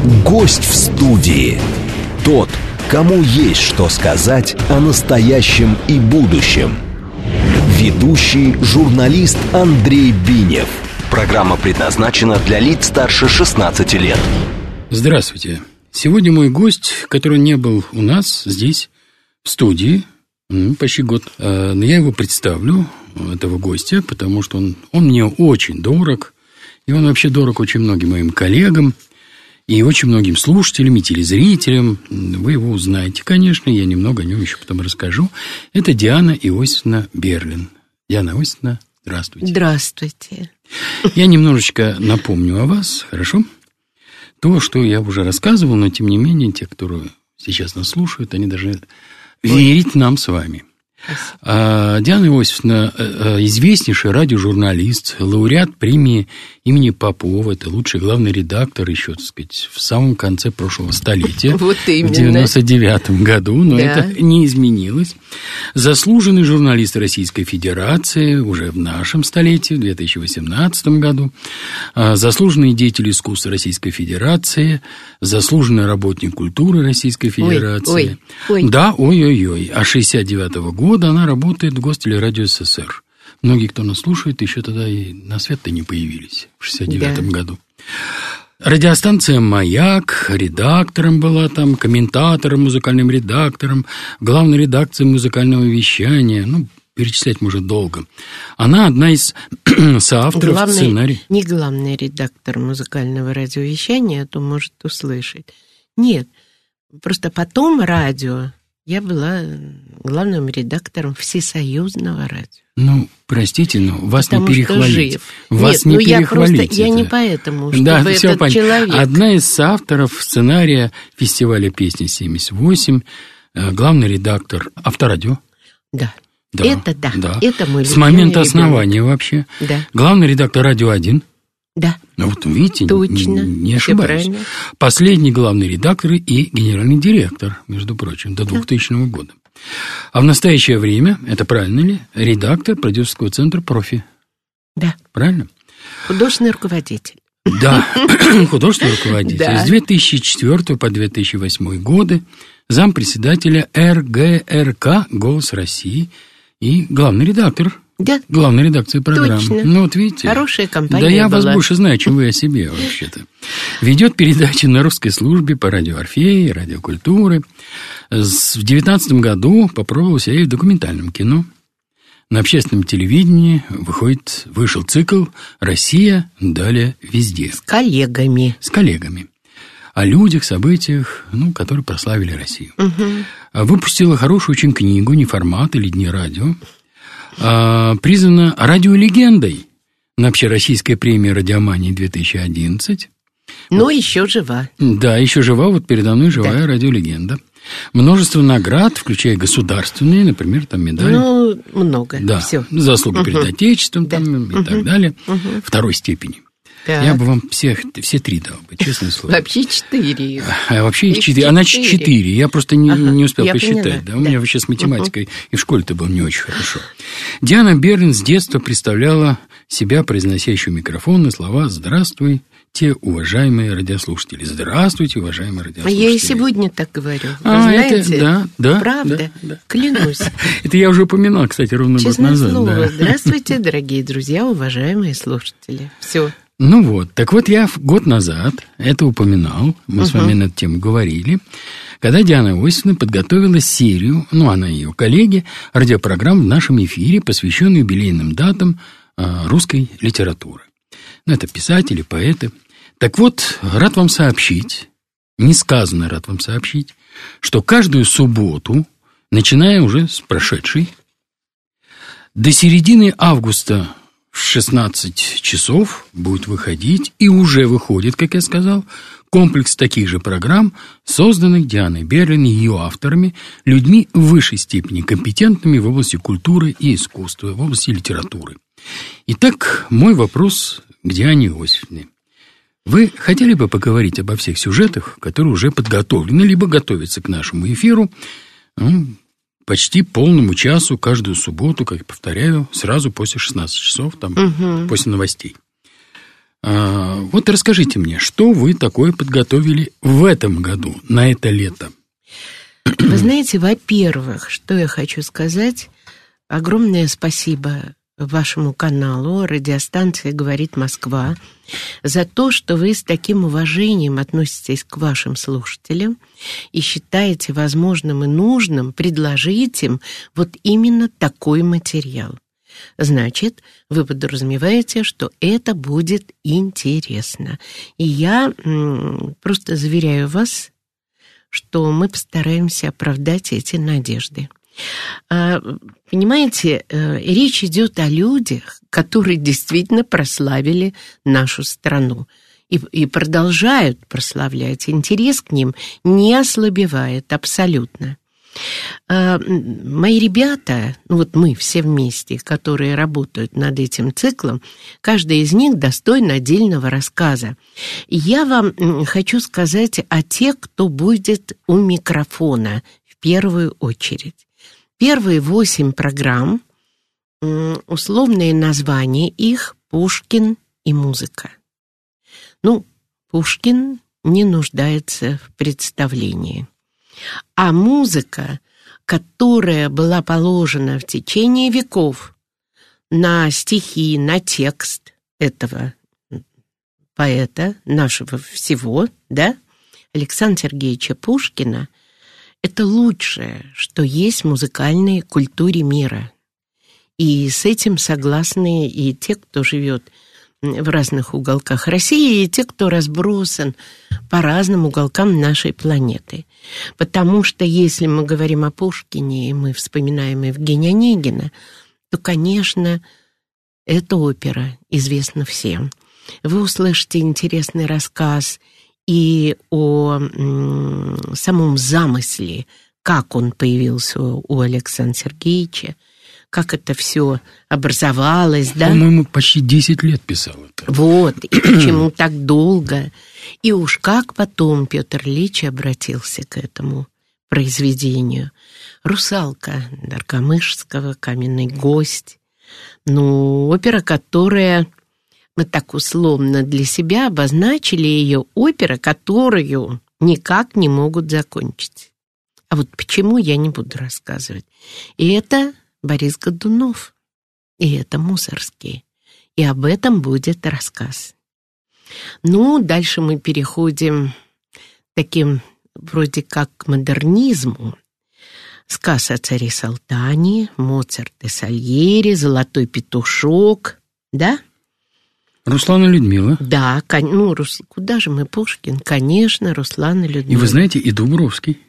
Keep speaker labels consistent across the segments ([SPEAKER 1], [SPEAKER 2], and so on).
[SPEAKER 1] Гость в студии. Тот, кому есть что сказать о настоящем и будущем. Ведущий журналист Андрей Бинев. Программа предназначена для лиц старше 16 лет.
[SPEAKER 2] Здравствуйте. Сегодня мой гость, который не был у нас здесь, в студии, почти год. Но я его представлю, этого гостя, потому что он мне очень дорог. И он вообще дорог очень многим моим коллегам. И очень многим слушателям и телезрителям. Вы его узнаете, конечно. Я немного о нем еще потом расскажу. Это Диана Иосифовна Берлин. Диана Иосифовна, здравствуйте.
[SPEAKER 3] Здравствуйте.
[SPEAKER 2] Я немножечко напомню о вас, хорошо? То, что я уже рассказывал, но тем не менее, те, кто сейчас нас слушают, они должны верить нам с вами. Диана Иосифовна известнейший радиожурналист, лауреат премии имени Попова. Это лучший главный редактор еще, так сказать, в самом конце прошлого столетия.
[SPEAKER 3] Вот именно.
[SPEAKER 2] В 99 году, но это не изменилось. Заслуженный журналист Российской Федерации уже в нашем столетии, в 2018 году. Заслуженный деятель искусства Российской Федерации. Заслуженный работник культуры Российской Федерации. Да, ой-ой-ой. А 69-го года она работает в Гостелерадио СССР. Многие, кто нас слушает, еще тогда и на свет-то не появились в 69-м году. Радиостанция «Маяк», редактором была там, комментатором, музыкальным редактором, главной редакцией музыкального вещания. Перечислять может долго. Она одна из соавторов сценария.
[SPEAKER 3] Не главный редактор музыкального радиовещания, а то может услышать. Нет, просто потом радио. Я была главным редактором Всесоюзного радио.
[SPEAKER 2] Простите, но вас не перехвалить.
[SPEAKER 3] Вас не перехвалить. Я не поэтому, чтобы этот человек...
[SPEAKER 2] Одна из соавторов сценария фестиваля песни 78, главный редактор Авторадио.
[SPEAKER 3] Да. Это мой любимый.
[SPEAKER 2] С момента основания вообще.
[SPEAKER 3] Да.
[SPEAKER 2] Главный редактор Радио 1.
[SPEAKER 3] Да.
[SPEAKER 2] Видите,
[SPEAKER 3] точно,
[SPEAKER 2] не ошибаюсь. Последний главный редактор и генеральный директор, между прочим, до 2000 года. А в настоящее время, это правильно ли, редактор продюсерского центра «Профи».
[SPEAKER 3] Да.
[SPEAKER 2] Правильно?
[SPEAKER 3] Художественный руководитель.
[SPEAKER 2] Да, художественный руководитель. С 2004 по 2008 годы зампредседателя РГРК «Голос России» и главный редактор.
[SPEAKER 3] Да.
[SPEAKER 2] Главной редакции программы.
[SPEAKER 3] Точно.
[SPEAKER 2] Видите.
[SPEAKER 3] Хорошая компания
[SPEAKER 2] была. Да я вас
[SPEAKER 3] была.
[SPEAKER 2] больше знаю, чем вы о себе вообще-то. Ведет передачи на русской службе по радио «Орфей», радио «Культуры». В 2019 году попробовал себя и в документальном кино. На общественном телевидении вышел цикл «Россия. Далее везде».
[SPEAKER 3] С коллегами.
[SPEAKER 2] О людях, событиях, которые прославили Россию.
[SPEAKER 3] Угу.
[SPEAKER 2] Выпустила хорошую очень книгу «Неформат» или «Дни радио». Признана радиолегендой на общероссийской премии «Радиомания» 2011.
[SPEAKER 3] Но еще жива.
[SPEAKER 2] Да, еще жива, передо мной живая радиолегенда. Множество наград, включая государственные, например, медали.
[SPEAKER 3] Много.
[SPEAKER 2] Да,
[SPEAKER 3] все.
[SPEAKER 2] Заслуга перед Отечеством и так далее. Второй степени.
[SPEAKER 3] Так.
[SPEAKER 2] Я бы вам все три дал бы, честное слово.
[SPEAKER 3] Вообще 4.
[SPEAKER 2] Вообще их 4. Она 4. Я просто не успел посчитать.
[SPEAKER 3] Поняла.
[SPEAKER 2] У меня вообще с математикой и в школе-то было не очень хорошо. Диана Берлин с детства представляла себя, произносящую микрофон, слова «Здравствуйте, уважаемые радиослушатели». Здравствуйте, уважаемые радиослушатели.
[SPEAKER 3] Я и сегодня так говорю. Вы знаете?
[SPEAKER 2] Да.
[SPEAKER 3] Правда? Да. Клянусь.
[SPEAKER 2] Это я уже упоминал, кстати, ровно год назад.
[SPEAKER 3] Честное слово. Здравствуйте, дорогие друзья, уважаемые слушатели. Все.
[SPEAKER 2] Я год назад это упоминал, мы с вами на эту тему говорили, когда Диана Иосифовна подготовила серию, она и ее коллеги, радиопрограмм в нашем эфире, посвященную юбилейным датам русской литературы. Это писатели, поэты. Рад вам сообщить, несказанно рад вам сообщить, что каждую субботу, начиная уже с прошедшей, до середины августа в 16 часов будет выходить, и уже выходит, как я сказал, комплекс таких же программ, созданных Дианой Берлин и ее авторами, людьми в высшей степени компетентными в области культуры и искусства, в области литературы. Итак, мой вопрос к Диане Иосифовне. Вы хотели бы поговорить обо всех сюжетах, которые уже подготовлены, либо готовятся к нашему эфиру, почти полному часу каждую субботу, как я повторяю, сразу после 16 часов, после новостей. Вот расскажите мне, что вы такое подготовили в этом году, на это лето?
[SPEAKER 3] Вы знаете, во-первых, что я хочу сказать, огромное спасибо вашему каналу, радиостанции «Говорит Москва», за то, что вы с таким уважением относитесь к вашим слушателям и считаете возможным и нужным предложить им вот именно такой материал. Значит, вы подразумеваете, что это будет интересно. И я просто заверяю вас, что мы постараемся оправдать эти надежды. Понимаете, речь идет о людях, которые действительно прославили нашу страну и продолжают прославлять. Интерес к ним не ослабевает абсолютно. Мои ребята, вот мы все вместе, которые работают над этим циклом, каждый из них достоин отдельного рассказа. И я вам хочу сказать о тех, кто будет у микрофона в первую очередь. Первые 8 программ, условные названия их «Пушкин и музыка». Пушкин не нуждается в представлении. А музыка, которая была положена в течение веков на стихи, на текст этого поэта, нашего всего, да, Александра Сергеевича Пушкина, это лучшее, что есть в музыкальной культуре мира. И с этим согласны и те, кто живет в разных уголках России, и те, кто разбросан по разным уголкам нашей планеты. Потому что если мы говорим о Пушкине, и мы вспоминаем Евгения Онегина, то, конечно, эта опера известна всем. Вы услышите интересный рассказ и о самом замысле, как он появился у Александра Сергеевича, как это все образовалось, да?
[SPEAKER 2] По-моему, почти 10 лет писал это.
[SPEAKER 3] Вот, и почему так долго. И уж как потом Петр Ильич обратился к этому произведению. «Русалка» Даркомышского, «Каменный гость». Опера, которая, мы так условно для себя обозначили ее, опера, которую никак не могут закончить. А вот почему, я не буду рассказывать. И это Борис Годунов, и это Мусоргский. И об этом будет рассказ. Дальше мы переходим к таким вроде как к модернизму. Сказ о царе Салтане, Моцарт и Сальери, Золотой петушок, да?
[SPEAKER 2] Руслан и Людмила.
[SPEAKER 3] Да, куда же мы, Пушкин? Конечно, Руслан и Людмила.
[SPEAKER 2] И вы знаете, и Дубровский.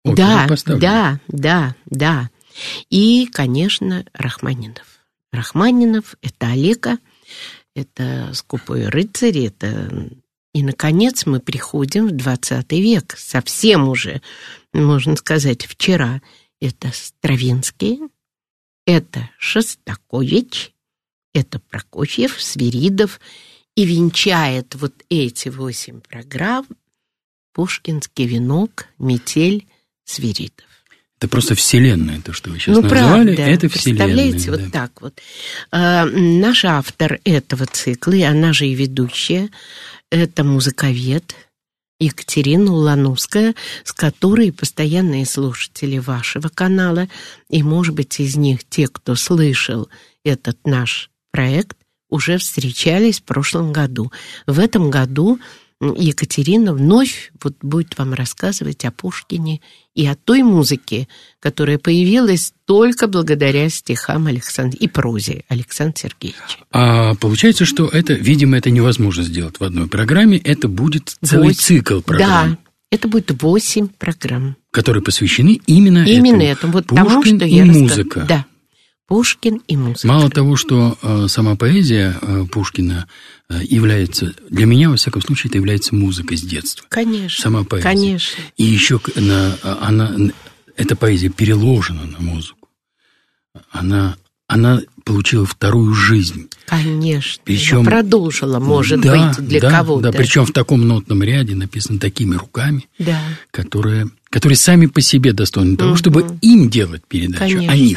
[SPEAKER 3] Да. И, конечно, Рахманинов. Рахманинов – это Олега, это «Скупой рыцарь», это... И, наконец, мы приходим в 20 век. Совсем уже, можно сказать, вчера. Это Стравинский, это Шостакович, это Прокофьев, Свиридов. И венчает вот эти 8 программ «Пушкинский венок», «Метель», Свиридов.
[SPEAKER 2] Это просто вселенная, то, что вы сейчас назвали,
[SPEAKER 3] правда,
[SPEAKER 2] это вселенная.
[SPEAKER 3] Представляете, вот так вот. Наш автор этого цикла, и она же и ведущая, это музыковед Екатерина Улановская, с которой постоянные слушатели вашего канала, и, может быть, из них те, кто слышал этот наш проект, уже встречались в прошлом году. В этом году Екатерина вновь будет вам рассказывать о Пушкине и о той музыке, которая появилась только благодаря стихам Александра и прозе Александра Сергеевича.
[SPEAKER 2] А получается, что это, видимо, это невозможно сделать в одной программе, это будет целый цикл программ.
[SPEAKER 3] Да, это будет 8 программ.
[SPEAKER 2] Которые посвящены именно
[SPEAKER 3] этому. Вот
[SPEAKER 2] Пушкин
[SPEAKER 3] тому, что
[SPEAKER 2] и музыка.
[SPEAKER 3] Да, Пушкин и музыка.
[SPEAKER 2] Мало того, что сама поэзия Пушкина является, для меня, во всяком случае, это является музыкой с детства.
[SPEAKER 3] Конечно.
[SPEAKER 2] Сама поэзия.
[SPEAKER 3] Конечно.
[SPEAKER 2] И еще эта поэзия переложена на музыку. Она получила вторую жизнь.
[SPEAKER 3] Конечно.
[SPEAKER 2] Причем,
[SPEAKER 3] продолжила, может быть, для кого-то.
[SPEAKER 2] Да, причем в таком нотном ряде написано такими руками,
[SPEAKER 3] да.
[SPEAKER 2] которые сами по себе достойны того, чтобы им делать передачу,
[SPEAKER 3] Конечно.
[SPEAKER 2] о них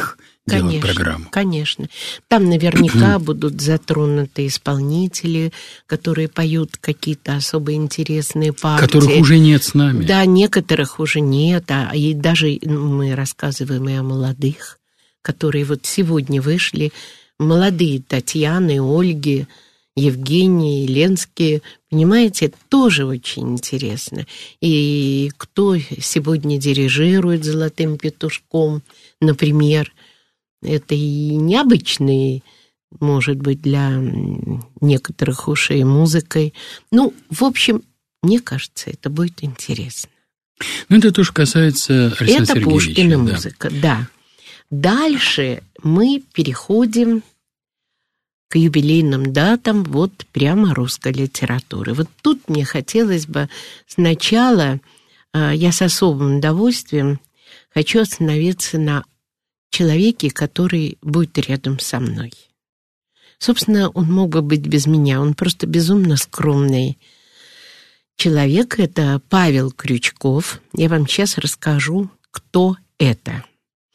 [SPEAKER 2] делать программу.
[SPEAKER 3] Конечно. Там наверняка будут затронуты исполнители, которые поют какие-то особо интересные партии.
[SPEAKER 2] Которых уже нет с нами.
[SPEAKER 3] Да, некоторых уже нет. И даже мы рассказываем и о молодых, которые вот сегодня вышли. Молодые Татьяны, Ольги, Евгении, Ленские. Понимаете, это тоже очень интересно. И кто сегодня дирижирует «Золотым петушком», например, это и необычный, может быть, для некоторых ушей музыкой. Ну, в общем, мне кажется, это будет интересно.
[SPEAKER 2] Ну, это тоже касается Александра Сергеевича.
[SPEAKER 3] Это Пушкина музыка, да. Дальше мы переходим к юбилейным датам вот прямо русской литературы. Вот тут мне хотелось бы сначала, я с особым удовольствием хочу остановиться на человеке, который будет рядом со мной. Собственно, он мог бы быть без меня, он просто безумно скромный человек. Это Павел Крючков. Я вам сейчас расскажу, кто это.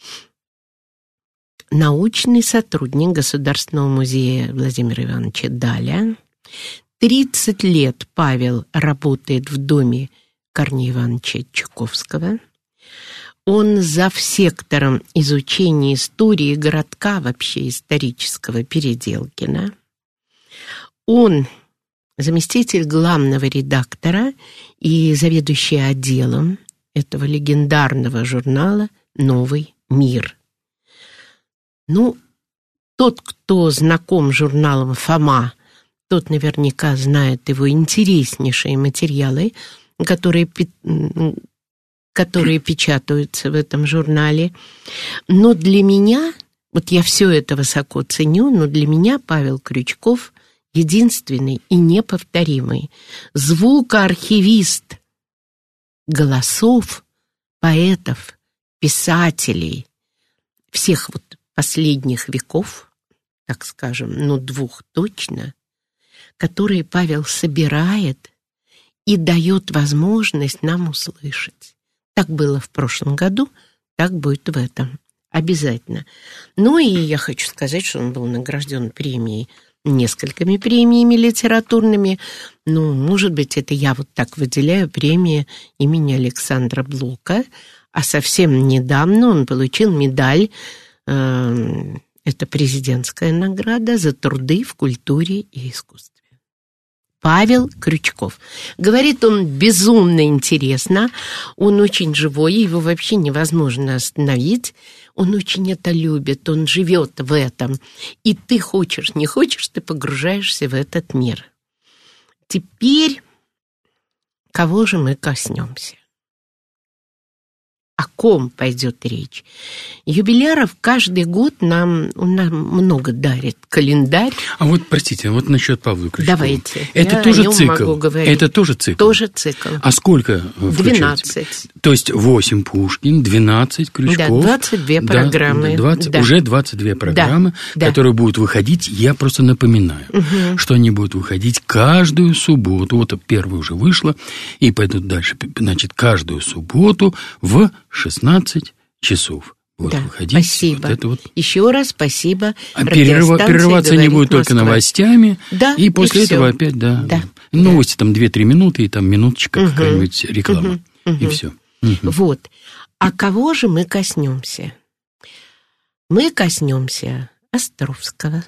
[SPEAKER 3] Научный сотрудник Государственного музея Владимира Ивановича Даля. 30 лет Павел работает в доме Корнея Ивановича Чуковского. Он завсектором изучения истории городка, вообще исторического, Переделкина. Он заместитель главного редактора и заведующий отделом этого легендарного журнала «Новый мир». Ну, тот, кто знаком с журналом «Фома», тот наверняка знает его интереснейшие материалы, которые печатаются в этом журнале. Но для меня, вот я все это высоко ценю, но для меня Павел Крючков единственный и неповторимый звукоархивист голосов поэтов, писателей всех вот последних веков, так скажем, ну, 2 точно, которые Павел собирает и дает возможность нам услышать. Так было в прошлом году, так будет в этом. Обязательно. Ну и я хочу сказать, что он был награжден премией, несколькими премиями литературными. Ну, может быть, это я вот так выделяю премии имени Александра Блока. А совсем недавно он получил медаль, это президентская награда за труды в культуре и искусстве. Павел Крючков. Говорит он безумно интересно, он очень живой, его вообще невозможно остановить, он очень это любит, он живет в этом. И ты хочешь, не хочешь, ты погружаешься в этот мир. Теперь кого же мы коснемся? О ком пойдет речь? Юбиляров каждый год он нам много дарит. Календарь.
[SPEAKER 2] А вот, простите, вот насчет Павла Крючкова.
[SPEAKER 3] Давайте.
[SPEAKER 2] Это тоже цикл? Это тоже цикл?
[SPEAKER 3] Тоже цикл.
[SPEAKER 2] А сколько включается?
[SPEAKER 3] 12.
[SPEAKER 2] То есть 8 Пушкин, 12 Крючков.
[SPEAKER 3] Да, 22 программы.
[SPEAKER 2] Да. Уже 22 программы, которые будут выходить. Я просто напоминаю, что они будут выходить каждую субботу. Вот первая уже вышла, и пойдут дальше. Значит, каждую субботу в 16 часов. Вот,
[SPEAKER 3] да,
[SPEAKER 2] выходить.
[SPEAKER 3] Спасибо.
[SPEAKER 2] Вот это вот.
[SPEAKER 3] Еще раз спасибо.
[SPEAKER 2] Перерываться не будет только новостями.
[SPEAKER 3] Да,
[SPEAKER 2] и после этого опять, новости там 2-3 минуты, и там минуточка какая-нибудь реклама. И все.
[SPEAKER 3] Вот. А кого же мы коснемся? Мы коснемся Островского,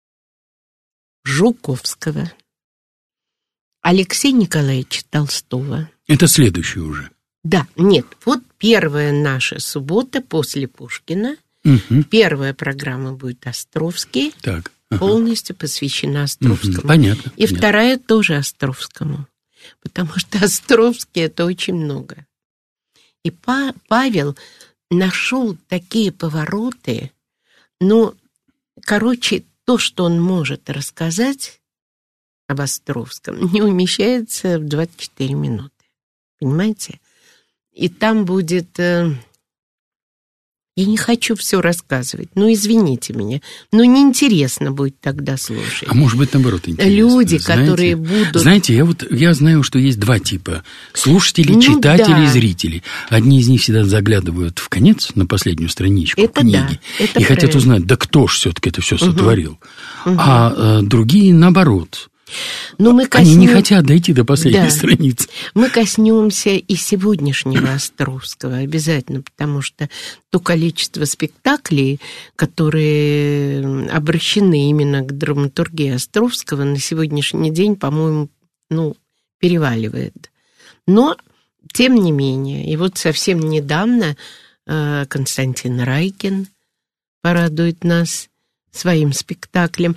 [SPEAKER 3] Жуковского, Алексея Николаевича Толстого.
[SPEAKER 2] Это следующий уже.
[SPEAKER 3] Да, нет, вот первая наша суббота после Пушкина. Первая программа будет Островский, полностью посвящена Островскому.
[SPEAKER 2] Понятно.
[SPEAKER 3] И вторая тоже Островскому, потому что Островский — это очень много. И Павел нашел такие повороты, то, что он может рассказать об Островском, не умещается в 24 минуты. Понимаете? И там будет Я не хочу все рассказывать. Ну, извините меня. Ну, неинтересно будет тогда слушать.
[SPEAKER 2] А может быть, наоборот, интересно.
[SPEAKER 3] Люди, которые будут...
[SPEAKER 2] Знаете, я знаю, что есть два типа. Слушатели, читатели и зрители. Одни из них всегда заглядывают в конец, на последнюю страничку книги. И хотят узнать, да кто ж все-таки это все сотворил. А другие, наоборот. Они не хотят дойти до последней страницы.
[SPEAKER 3] Мы коснемся и сегодняшнего Островского обязательно, потому что то количество спектаклей, которые обращены именно к драматургии Островского, на сегодняшний день, по-моему, переваливает. Но, тем не менее, и вот совсем недавно Константин Райкин порадует нас своим спектаклем.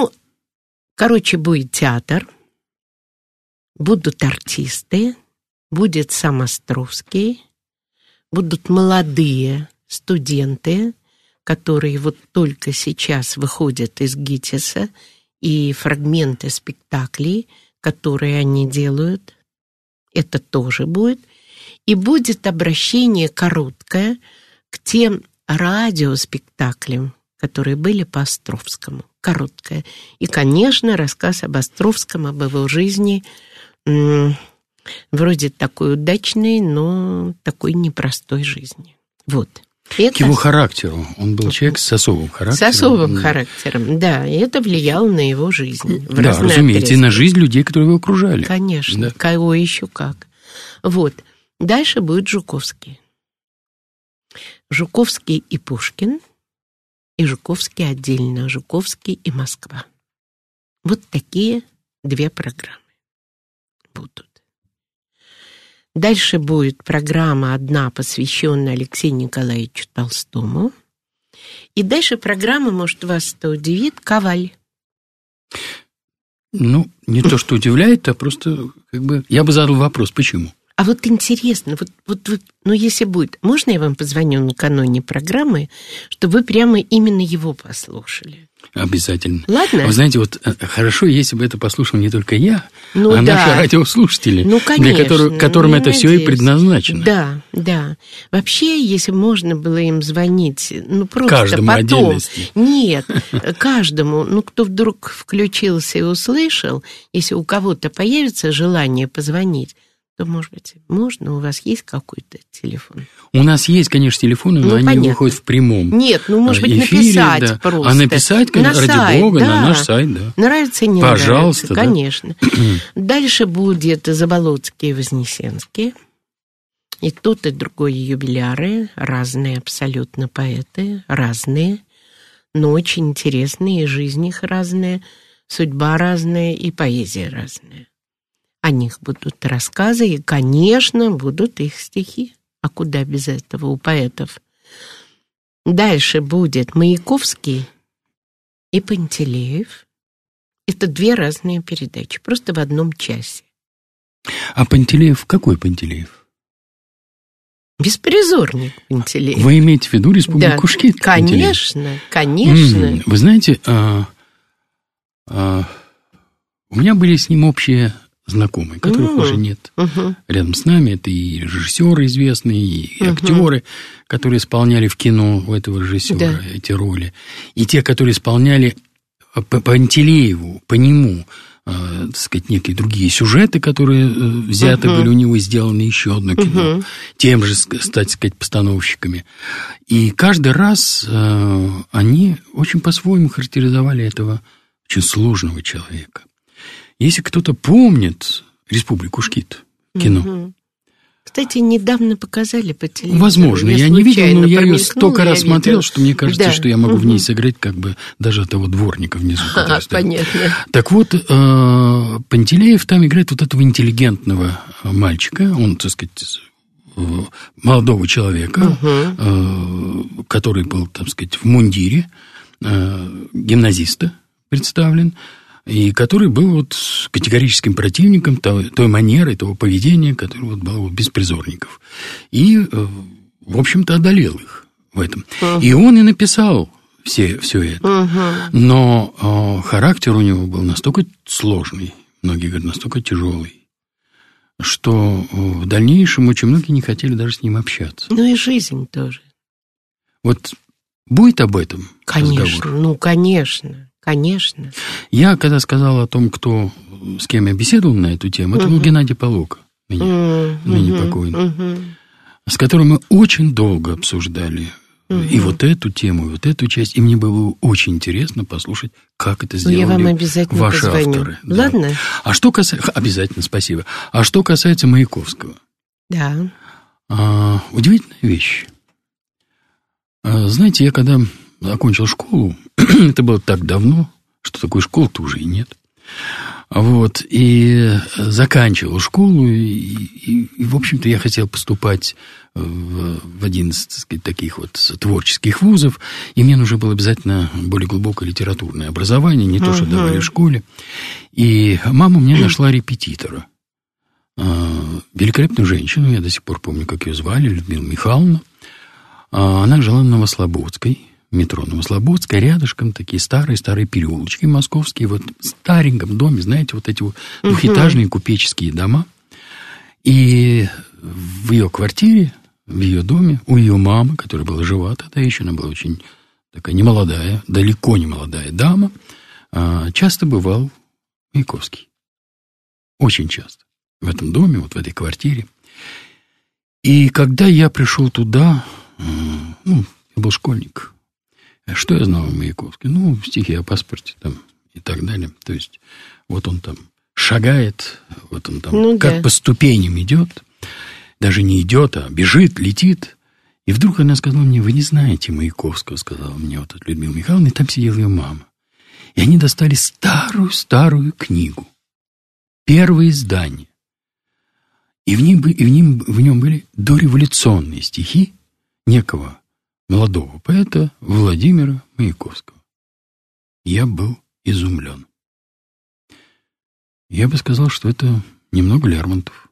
[SPEAKER 3] Будет театр, будут артисты, будет сам Островский, будут молодые студенты, которые вот только сейчас выходят из ГИТИСа, и фрагменты спектаклей, которые они делают, это тоже будет. И будет обращение короткое к тем радиоспектаклям, которые были по Островскому. Короткое. И, конечно, рассказ об Островском, об его жизни, вроде такой удачной, но такой непростой жизни. Вот.
[SPEAKER 2] К его характеру. Он был человек с особым характером.
[SPEAKER 3] С особым характером, да. И это влияло на его жизнь.
[SPEAKER 2] Да, разумеется, и на жизнь людей, которые его окружали.
[SPEAKER 3] Конечно. Да. Кого еще как. Вот. Дальше будет Жуковский. Жуковский и Пушкин. И Жуковский отдельно, Жуковский и Москва. Вот такие две программы будут. Дальше будет программа одна, посвященная Алексею Николаевичу Толстому. И дальше программа, может, вас это удивит, «Коваль».
[SPEAKER 2] Не то, что удивляет, а просто я бы задал вопрос, почему?
[SPEAKER 3] А вот интересно, если будет, можно я вам позвоню накануне программы, чтобы вы прямо именно его послушали?
[SPEAKER 2] Обязательно.
[SPEAKER 3] Ладно?
[SPEAKER 2] Вы знаете, хорошо, если бы это послушал не только я, наши радиослушатели,
[SPEAKER 3] конечно,
[SPEAKER 2] которым это все и предназначено.
[SPEAKER 3] Да. Вообще, если можно было им звонить, просто
[SPEAKER 2] каждому
[SPEAKER 3] потом.
[SPEAKER 2] Отдельности.
[SPEAKER 3] Нет, каждому, кто вдруг включился и услышал, если у кого-то появится желание позвонить, то, может быть, можно? У вас есть какой-то телефон?
[SPEAKER 2] У нас есть, конечно, телефоны, но они выходят в прямом эфире.
[SPEAKER 3] Нет, может быть, написать просто.
[SPEAKER 2] А написать, ради бога, на наш сайт, да.
[SPEAKER 3] Нравится, не
[SPEAKER 2] пожалуйста,
[SPEAKER 3] нравится, конечно. Дальше будет Заболоцкий и Вознесенский. И тот, и другой юбиляры, разные абсолютно поэты, разные, но очень интересные, и жизнь их разная, судьба разная, и поэзия разная. О них будут рассказы, и, конечно, будут их стихи. А куда без этого у поэтов? Дальше будет Маяковский и Пантелеев. Это две разные передачи, просто в одном часе.
[SPEAKER 2] А Пантелеев, какой Пантелеев?
[SPEAKER 3] Беспризорник Пантелеев.
[SPEAKER 2] Вы имеете в виду Республику Шкит?
[SPEAKER 3] Конечно, конечно.
[SPEAKER 2] Вы знаете, у меня были с ним общие знакомые, которых уже нет рядом с нами. Это и режиссеры известные, и актеры, которые исполняли в кино у этого режиссера эти роли. И те, которые исполняли по Пантелееву, по нему, так сказать, некие другие сюжеты, которые взяты были у него и сделаны еще одно кино, тем же, так сказать, постановщиками. И каждый раз они очень по-своему характеризовали этого очень сложного человека. Если кто-то помнит «Республику Шкит», кино.
[SPEAKER 3] Кстати, недавно показали по телевизору.
[SPEAKER 2] Возможно, я не видел, но я ее столько раз смотрел, что мне кажется, что я могу в ней сыграть даже того дворника внизу.
[SPEAKER 3] Понятно.
[SPEAKER 2] Так вот, Пантелеев там играет вот этого интеллигентного мальчика, он, так сказать, молодого человека, который был, так сказать, в мундире, гимназиста представлен, и который был вот категорическим противником той манеры, того поведения, которое вот было у беспризорников. И, в общем-то, одолел их в этом. И он и написал все это. Но характер у него был настолько сложный, многие говорят, настолько тяжелый, что в дальнейшем очень многие не хотели даже с ним общаться.
[SPEAKER 3] Ну и жизнь тоже.
[SPEAKER 2] Вот будет об этом
[SPEAKER 3] Конечно,
[SPEAKER 2] разговор?
[SPEAKER 3] Конечно.
[SPEAKER 2] Я, когда сказал о том, с кем я беседовал на эту тему, это был Геннадий Полока, ныне покойный, с которым мы очень долго обсуждали и вот эту тему, и вот эту часть. И мне было очень интересно послушать, как это сделали
[SPEAKER 3] я вам обязательно
[SPEAKER 2] ваши
[SPEAKER 3] позвоню.
[SPEAKER 2] авторы.
[SPEAKER 3] Ладно?
[SPEAKER 2] Да. Обязательно, спасибо. А что касается Маяковского.
[SPEAKER 3] Да.
[SPEAKER 2] Удивительная вещь. Знаете, я когда окончил школу, это было так давно, что такой школы-то уже и нет. Вот, и заканчивал школу, и в общем-то, я хотел поступать в один из, так сказать, таких вот творческих вузов, и мне нужно было обязательно более глубокое литературное образование, не то, что давали в школе. И мама мне нашла репетитора. Великолепную женщину, я до сих пор помню, как ее звали, Людмила Михайловна. Она жила на Новослободской, метро Новослободская, рядышком такие старые переулочки московские, вот в стареньком доме, знаете, вот эти вот двухэтажные купеческие дома. И в ее квартире, в ее доме, у ее мамы, которая была жива тогда еще, она была очень такая немолодая, далеко не молодая дама, часто бывал Маяковский. Очень часто. В этом доме, вот в этой квартире. И когда я пришел туда, я был школьник, что я знал о Маяковске? Стихи о паспорте там и так далее. То есть, вот он там шагает, вот он там как по ступеням идет, даже не идет, а бежит, летит. И вдруг она сказала мне: вы не знаете Маяковского, сказала мне вот эта Людмила Михайловна, и там сидела ее мама. И они достали старую книгу, первое издание. И в нем были дореволюционные стихи некого молодого поэта Владимира Маяковского. Я был изумлен. Я бы сказал, что это немного Лермонтов.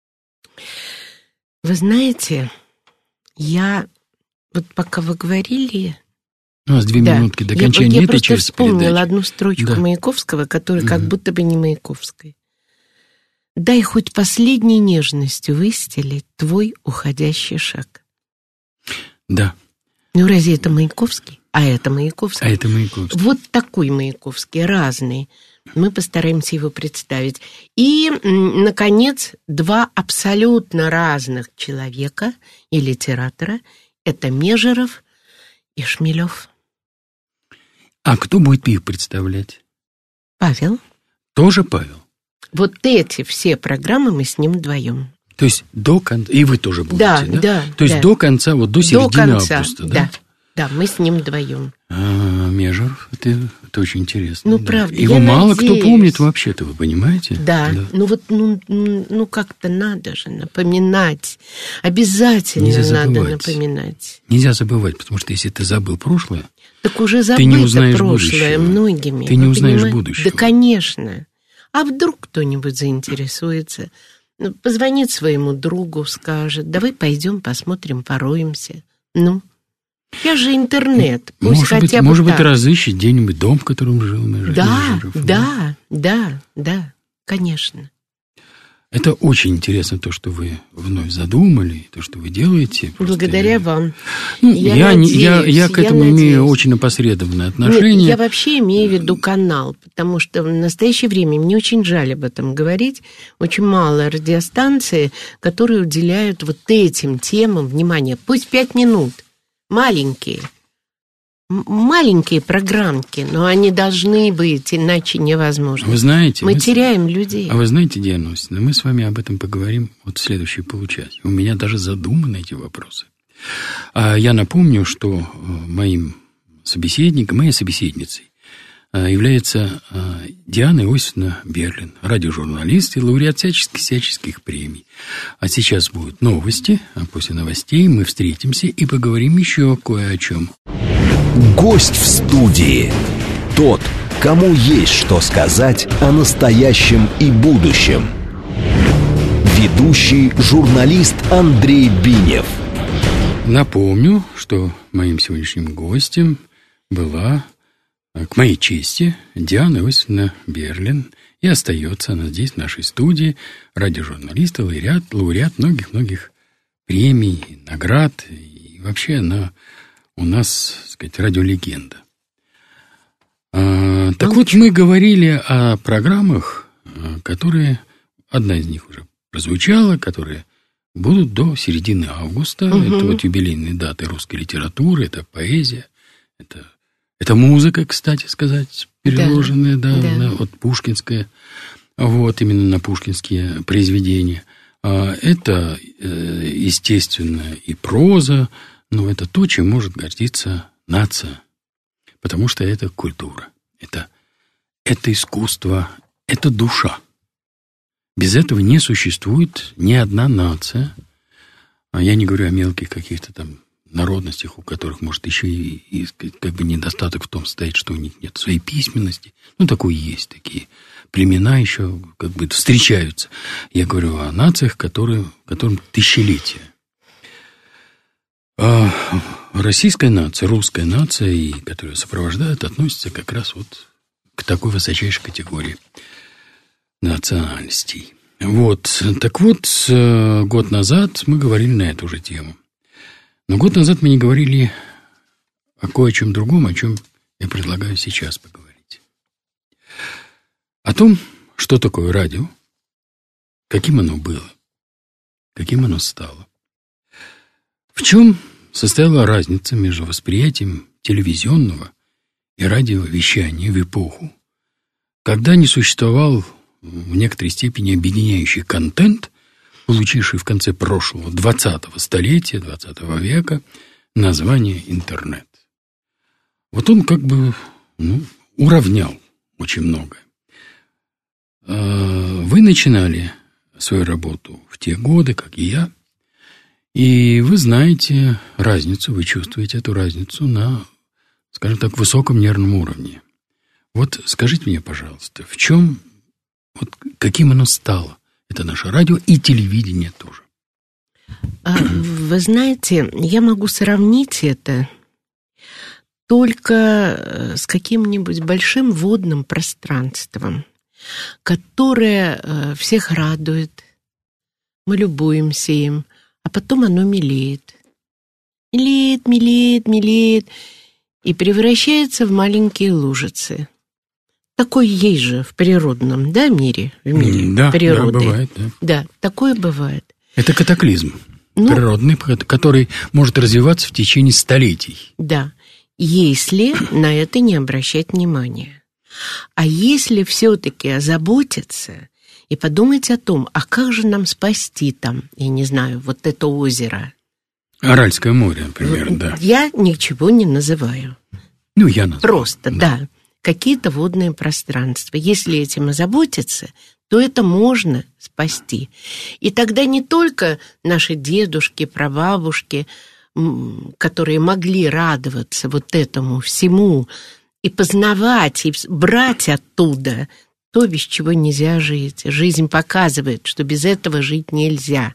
[SPEAKER 3] Вы знаете, я вот пока вы говорили...
[SPEAKER 2] У нас 2 минутки до окончания этой части. Я просто
[SPEAKER 3] вспомнила
[SPEAKER 2] передачи.
[SPEAKER 3] Одну строчку Маяковского, которая как будто бы не Маяковской. «Дай хоть последней нежностью выстелить твой уходящий шаг».
[SPEAKER 2] Да.
[SPEAKER 3] Разве это Маяковский? А это Маяковский. Вот такой Маяковский, разный. Мы постараемся его представить. И, наконец, 2 абсолютно разных человека и литератора. Это Межеров и Шмелев.
[SPEAKER 2] А кто будет их представлять?
[SPEAKER 3] Павел.
[SPEAKER 2] Тоже Павел?
[SPEAKER 3] Вот эти все программы мы с ним вдвоем.
[SPEAKER 2] То есть до конца... И вы тоже будете, да? То есть до конца, вот до середины августа, да?
[SPEAKER 3] Да, мы с ним вдвоем.
[SPEAKER 2] Межеров, это очень интересно.
[SPEAKER 3] Правда,
[SPEAKER 2] его мало кто помнит вообще-то, вы понимаете?
[SPEAKER 3] Да. Как-то надо же напоминать. Обязательно надо напоминать.
[SPEAKER 2] Нельзя забывать, потому что если ты забыл прошлое,
[SPEAKER 3] так уже забыто
[SPEAKER 2] ты не узнаешь
[SPEAKER 3] прошлое многими.
[SPEAKER 2] Ты не узнаешь будущего.
[SPEAKER 3] Да, конечно. А вдруг кто-нибудь заинтересуется? Позвонит своему другу, скажет: давай пойдем посмотрим, пороемся. Я же интернет.
[SPEAKER 2] Может быть, разыщет где-нибудь дом, в котором жил Межеров.
[SPEAKER 3] Да, конечно.
[SPEAKER 2] Это очень интересно, то, что вы вновь задумали, то, что вы делаете.
[SPEAKER 3] Благодаря вам.
[SPEAKER 2] Я к этому имею очень опосредованное отношение.
[SPEAKER 3] Я вообще имею в виду канал, потому что в настоящее время, мне очень жаль об этом говорить, очень мало радиостанций, которые уделяют вот этим темам внимание. Пусть 5 минут. Маленькие программки, но они должны быть, иначе невозможно.
[SPEAKER 2] Вы знаете,
[SPEAKER 3] мы теряем людей.
[SPEAKER 2] А вы знаете, Диана Осиповна, мы с вами об этом поговорим вот в следующей получасе. У меня даже задуманы эти вопросы. Я напомню, что моей собеседницей является Диана Иосифовна Берлин, радиожурналист и лауреат всяческих премий. А сейчас будут новости, а после новостей мы встретимся и поговорим еще кое о чем.
[SPEAKER 1] Гость в студии. Тот, кому есть что сказать о настоящем и будущем. Ведущий журналист Андрей Бинев.
[SPEAKER 2] Напомню, что моим сегодняшним гостем была, к моей чести, Диана Иосифовна Берлин. И остается она здесь, в нашей студии, радиожурналист, лауреат многих-многих премий, наград. И вообще она у нас, так сказать, радиолегенда. Так вот, мы говорили о программах, которые, одна из них уже прозвучала, которые будут до середины августа. Это вот юбилейные даты русской литературы, это поэзия, это музыка, кстати сказать, переложенная, вот пушкинская, вот именно на пушкинские произведения. Это, естественно, и проза, но это то, чем может гордиться нация, потому что это культура, это искусство, это душа. Без этого не существует ни одна нация. Я не говорю о мелких каких-то там народностях, у которых, может, еще и как бы недостаток в том состоит, что у них нет своей письменности. Ну, такое есть, такие племена еще как бы встречаются. Я говорю о нациях, которым тысячелетия. А российская нация, русская нация, и которую сопровождают, относится как раз вот к такой высочайшей категории национальностей. Вот. Так вот, год назад мы говорили на эту же тему. Но год назад мы не говорили о кое-чем другом, о чем я предлагаю сейчас поговорить. О том, что такое радио, каким оно было, каким оно стало. В чем состояла разница между восприятием телевизионного и радиовещания в эпоху, когда не существовал в некоторой степени объединяющий контент, получивший в конце прошлого 20-го столетия, 20 века, название интернет. Вот он как бы уравнял очень многое. Вы начинали свою работу в те годы, как и я, и вы знаете разницу, вы чувствуете эту разницу на, скажем так, высоком нервном уровне. Вот скажите мне, пожалуйста, в чем, вот каким оно стало? Это наше радио и телевидение тоже.
[SPEAKER 3] Вы знаете, я могу сравнить это только с каким-нибудь большим водным пространством, которое всех радует. Мы любуемся им, а потом оно мелеет. Мелеет, мелеет, мелеет и превращается в маленькие лужицы. Такое есть же в природном, мире, в мире природы.
[SPEAKER 2] Да, бывает, да.
[SPEAKER 3] Да, такое бывает.
[SPEAKER 2] Это катаклизм природный, который может развиваться в течение столетий.
[SPEAKER 3] Да, если на это не обращать внимания. А если все-таки озаботиться и подумать о том, а как же нам спасти там, я не знаю, вот это озеро.
[SPEAKER 2] Аральское море, например, да.
[SPEAKER 3] Я ничего не называю.
[SPEAKER 2] Я называю.
[SPEAKER 3] Просто, да. Какие-то водные пространства. Если этим озаботиться, то это можно спасти. И тогда не только наши дедушки, прабабушки, которые могли радоваться вот этому всему и познавать, и брать оттуда то, без чего нельзя жить. Жизнь показывает, что без этого жить нельзя.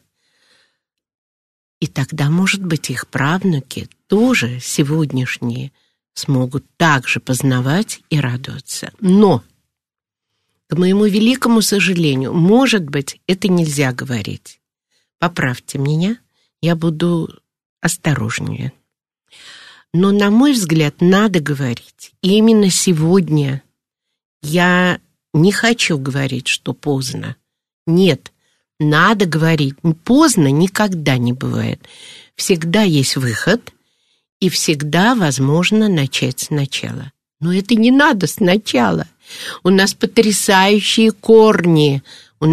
[SPEAKER 3] И тогда, может быть, их правнуки тоже сегодняшние смогут также познавать и радоваться. Но, к моему великому сожалению, может быть, это нельзя говорить. Поправьте меня, я буду осторожнее. Но, на мой взгляд, надо говорить. И именно сегодня я не хочу говорить, что поздно. Нет, надо говорить. Поздно никогда не бывает. Всегда есть выход, и всегда возможно начать сначала. Но это не надо сначала. У нас потрясающие корни.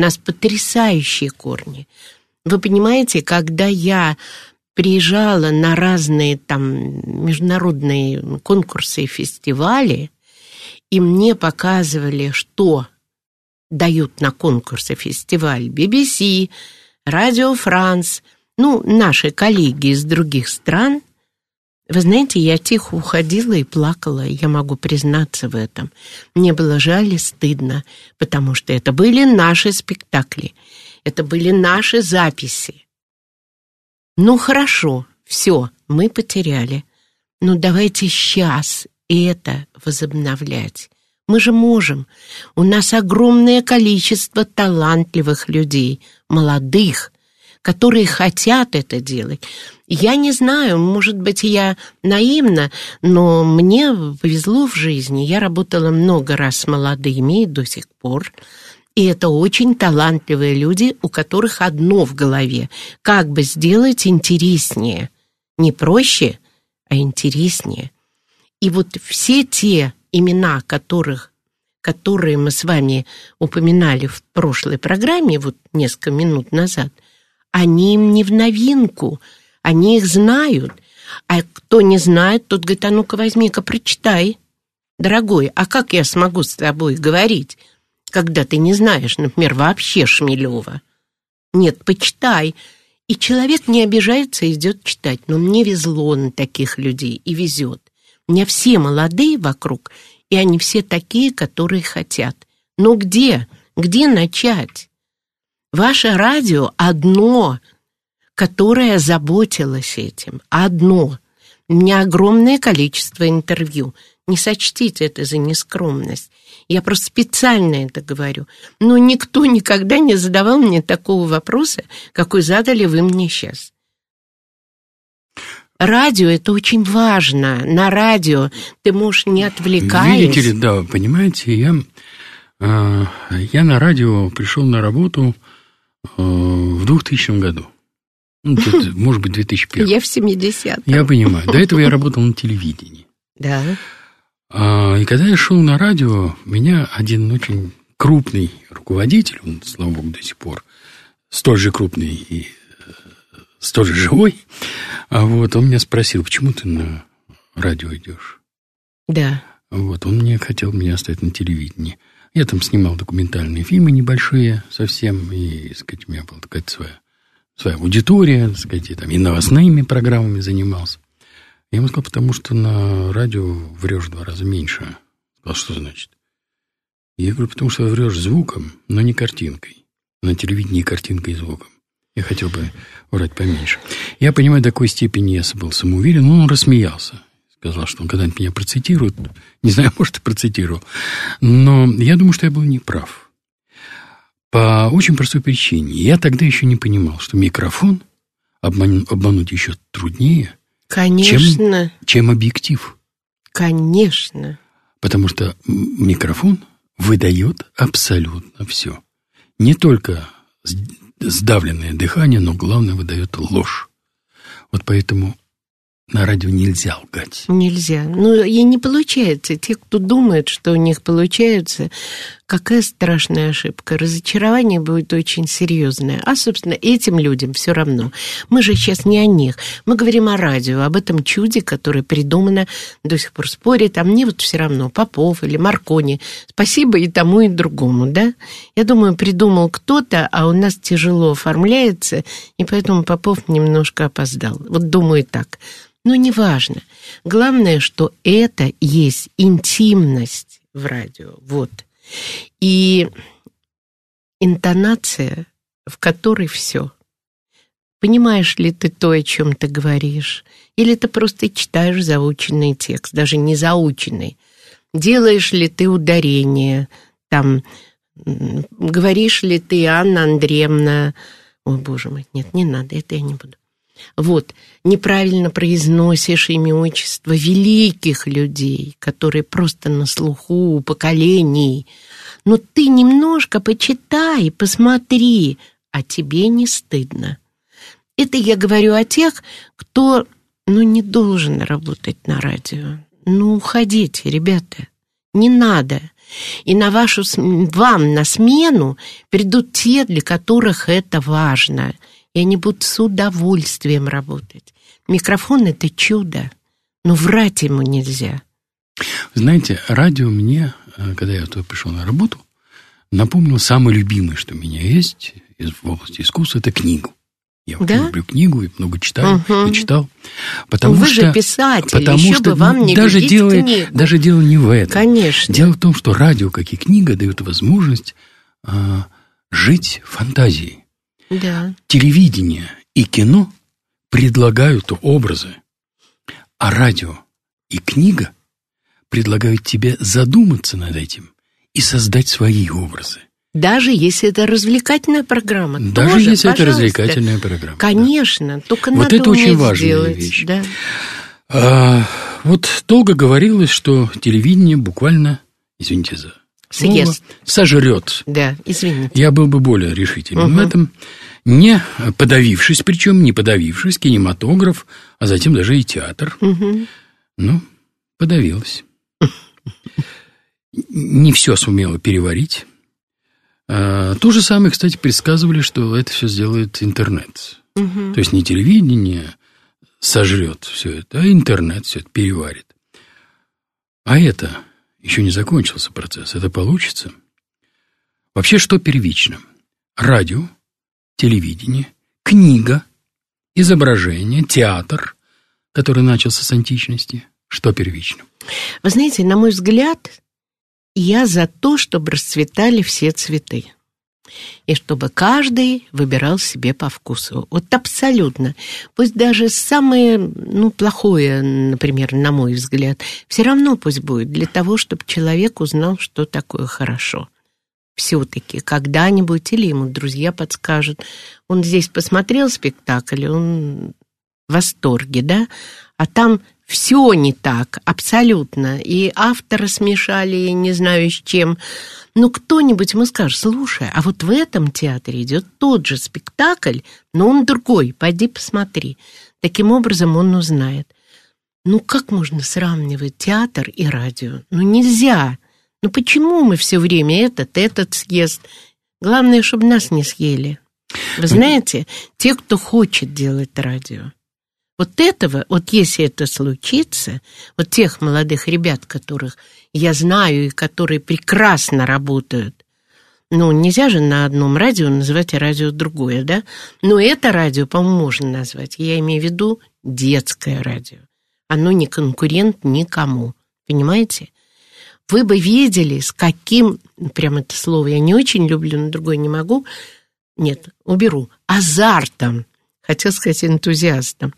[SPEAKER 3] Вы понимаете, когда я приезжала на разные там международные конкурсы и фестивали, и мне показывали, что дают на конкурсы, фестиваль BBC, Радио Франс, наши коллеги из других стран. Вы знаете, я тихо уходила и плакала, я могу признаться в этом. Мне было жаль и стыдно, потому что это были наши спектакли, это были наши записи. Хорошо, все, мы потеряли. Давайте сейчас это возобновлять. Мы же можем. У нас огромное количество талантливых людей, молодых, которые хотят это делать. Я не знаю, может быть, я наивна, но мне повезло в жизни. Я работала много раз с молодыми и до сих пор. И это очень талантливые люди, у которых одно в голове. Как бы сделать интереснее. Не проще, а интереснее. И вот все те имена, которые мы с вами упоминали в прошлой программе, вот несколько минут назад, они им не в новинку, они их знают. А кто не знает, тот говорит: а ну-ка возьми-ка, прочитай. Дорогой, а как я смогу с тобой говорить, когда ты не знаешь, например, вообще Шмелева? Нет, почитай. И человек не обижается и идет читать. Но мне везло на таких людей, и везет. У меня все молодые вокруг, и они все такие, которые хотят. Но где? Где начать? Ваше радио одно, которое заботилось этим. Одно. У меня огромное количество интервью. Не сочтите это за нескромность. Я просто специально это говорю. Но никто никогда не задавал мне такого вопроса, какой задали вы мне сейчас. Радио – это очень важно. На радио ты можешь, не отвлекаясь...
[SPEAKER 2] Видите ли, да, понимаете, я на радио пришел на работу в 2000 году. Ну, может быть, 2001.
[SPEAKER 3] Я в 70-м.
[SPEAKER 2] Я понимаю. До этого я работал на телевидении.
[SPEAKER 3] Да.
[SPEAKER 2] И когда я шел на радио, меня один очень крупный руководитель, он, слава богу, до сих пор столь же крупный и столь же живой, он меня спросил: почему ты на радио идешь?
[SPEAKER 3] Да.
[SPEAKER 2] Он хотел меня оставить на телевидении. Я там снимал документальные фильмы небольшие совсем, и, так сказать, у меня была такая своя аудитория, так сказать, и новостными программами занимался. Я ему сказал: потому что на радио врешь в 2 раза меньше. Сказал: что значит? Я говорю: потому что врешь звуком, но не картинкой. На телевидении картинкой и звуком. Я хотел бы врать поменьше. Я понимаю, до какой степени я был самоуверен, но он рассмеялся. Сказал, что он когда-нибудь меня процитирует. Не знаю, может, и процитировал. Но я думаю, что я был неправ. По очень простой причине. Я тогда еще не понимал, что микрофон обмануть еще труднее,
[SPEAKER 3] конечно,
[SPEAKER 2] чем объектив.
[SPEAKER 3] Конечно.
[SPEAKER 2] Потому что микрофон выдает абсолютно все. Не только сдавленное дыхание, но главное, выдает ложь. Вот поэтому на радио нельзя лгать.
[SPEAKER 3] Нельзя. И не получается. Те, кто думает, что у них получается, какая страшная ошибка. Разочарование будет очень серьезное. А, собственно, этим людям все равно. Мы же сейчас не о них. Мы говорим о радио, об этом чуде, которое придумано, до сих пор спорит. А мне все равно, Попов или Маркони. Спасибо и тому, и другому, да? Я думаю, придумал кто-то, а у нас тяжело оформляется, и поэтому Попов немножко опоздал. Думаю так. Но неважно. Главное, что это есть интимность в радио. И интонация, в которой все. Понимаешь ли ты то, о чем ты говоришь? Или ты просто читаешь заученный текст, даже не заученный? Делаешь ли ты ударение? Говоришь ли ты: Анна Андреевна... Ой, боже мой, нет, не надо, это я не буду. Неправильно произносишь имя, отчество великих людей, которые просто на слуху у поколений. Но ты немножко почитай, посмотри, а тебе не стыдно. Это я говорю о тех, кто, не должен работать на радио. Уходите, ребята, не надо. И вам на смену придут те, для которых это важно. И они будут с удовольствием работать. Микрофон – это чудо, но врать ему нельзя.
[SPEAKER 2] Знаете, радио мне, когда я туда пришел на работу, напомнило самое любимое, что у меня есть в области искусства – это книгу. Я люблю книгу и много читаю, и читал.
[SPEAKER 3] Вы же писатель, еще бы вам не любить книгу.
[SPEAKER 2] Даже дело не в этом.
[SPEAKER 3] Конечно.
[SPEAKER 2] Дело в том, что радио, как и книга, дает возможность жить фантазией.
[SPEAKER 3] Да.
[SPEAKER 2] Телевидение и кино предлагают образы, а радио и книга предлагают тебе задуматься над этим и создать свои образы.
[SPEAKER 3] Даже если это развлекательная программа.
[SPEAKER 2] Даже
[SPEAKER 3] тоже,
[SPEAKER 2] если
[SPEAKER 3] пожалуйста.
[SPEAKER 2] это развлекательная программа.
[SPEAKER 3] Конечно,
[SPEAKER 2] да.
[SPEAKER 3] только
[SPEAKER 2] вот
[SPEAKER 3] надо
[SPEAKER 2] это
[SPEAKER 3] уметь
[SPEAKER 2] очень важная
[SPEAKER 3] сделать.
[SPEAKER 2] вещь.
[SPEAKER 3] Да.
[SPEAKER 2] Вот долго говорилось, что телевидение буквально, извините за слово, сожрет.
[SPEAKER 3] Да, извините.
[SPEAKER 2] Я был бы более решителен в этом. Не подавившись кинематограф, а затем даже и театр. Ну, подавилась. Не все сумела переварить. То же самое, кстати, предсказывали, что это все сделает интернет. То есть не телевидение сожрет все это, а интернет все это переварит. А это еще не закончился процесс. Это получится. Вообще, что первично? Радио, телевидение, книга, изображение, театр, который начался с античности. Что первично?
[SPEAKER 3] Вы знаете, на мой взгляд, я за то, чтобы расцветали все цветы. И чтобы каждый выбирал себе по вкусу. Вот абсолютно. Пусть даже самое, плохое, например, на мой взгляд, все равно пусть будет для того, чтобы человек узнал, что такое хорошо. Все-таки когда-нибудь или ему друзья подскажут. Он здесь посмотрел спектакль, он в восторге, да? А там все не так, абсолютно. И автора смешали, и не знаю с чем. Но кто-нибудь ему скажет: слушай, а вот в этом театре идет тот же спектакль, но он другой, пойди посмотри. Таким образом он узнает. Как можно сравнивать театр и радио? Нельзя. Почему мы все время этот съест? Главное, чтобы нас не съели. Вы знаете, те, кто хочет делать радио, если это случится, тех молодых ребят, которых я знаю и которые прекрасно работают, нельзя же на одном радио называть радио другое, да? Но это радио, по-моему, можно назвать. Я имею в виду детское радио. Оно не конкурент никому, понимаете? Вы бы видели, с каким, прям это слово я не очень люблю, но другое не могу, нет, уберу, азартом, хотел сказать энтузиастом,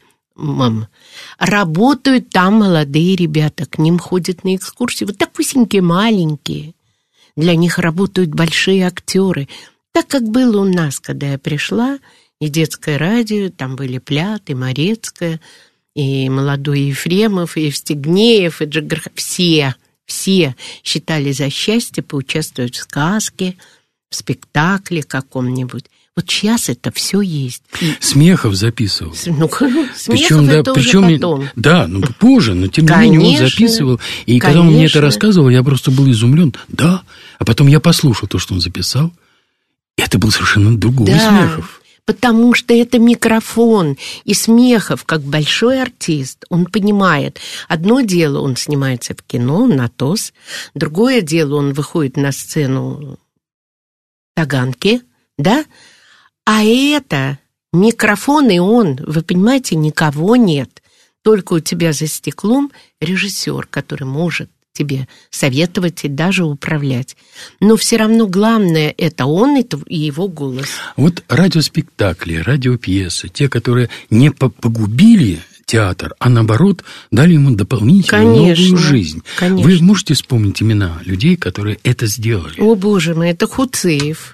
[SPEAKER 3] работают там молодые ребята, к ним ходят на экскурсии, такусенькие, маленькие. Для них работают большие актеры. Так как было у нас, когда я пришла, и детское радио, там были Плят, и Морецкая, и молодой Ефремов, и Евстигнеев, и Джигарханов. Все считали за счастье поучаствовать в сказке, в спектакле каком-нибудь. Сейчас это все есть.
[SPEAKER 2] Смехов записывал.
[SPEAKER 3] Смехов это уже потом.
[SPEAKER 2] Да, позже, но тем не менее он записывал. И когда он мне это рассказывал, я просто был изумлен. Да, а потом я послушал то, что он записал. Это был совершенно другой Смехов.
[SPEAKER 3] Потому что это микрофон. И Смехов, как большой артист, он понимает. Одно дело, он снимается в кино, на ТОС. Другое дело, он выходит на сцену Таганки, да? А это микрофон, и он, вы понимаете, никого нет. Только у тебя за стеклом режиссер, который может тебе советовать и даже управлять. Но все равно главное – это он и его голос.
[SPEAKER 2] Радиоспектакли, радиопьесы, те, которые не погубили театр, а наоборот дали ему дополнительную новую жизнь.
[SPEAKER 3] Конечно.
[SPEAKER 2] Вы можете вспомнить имена людей, которые это сделали?
[SPEAKER 3] О, боже мой, это Хуциев.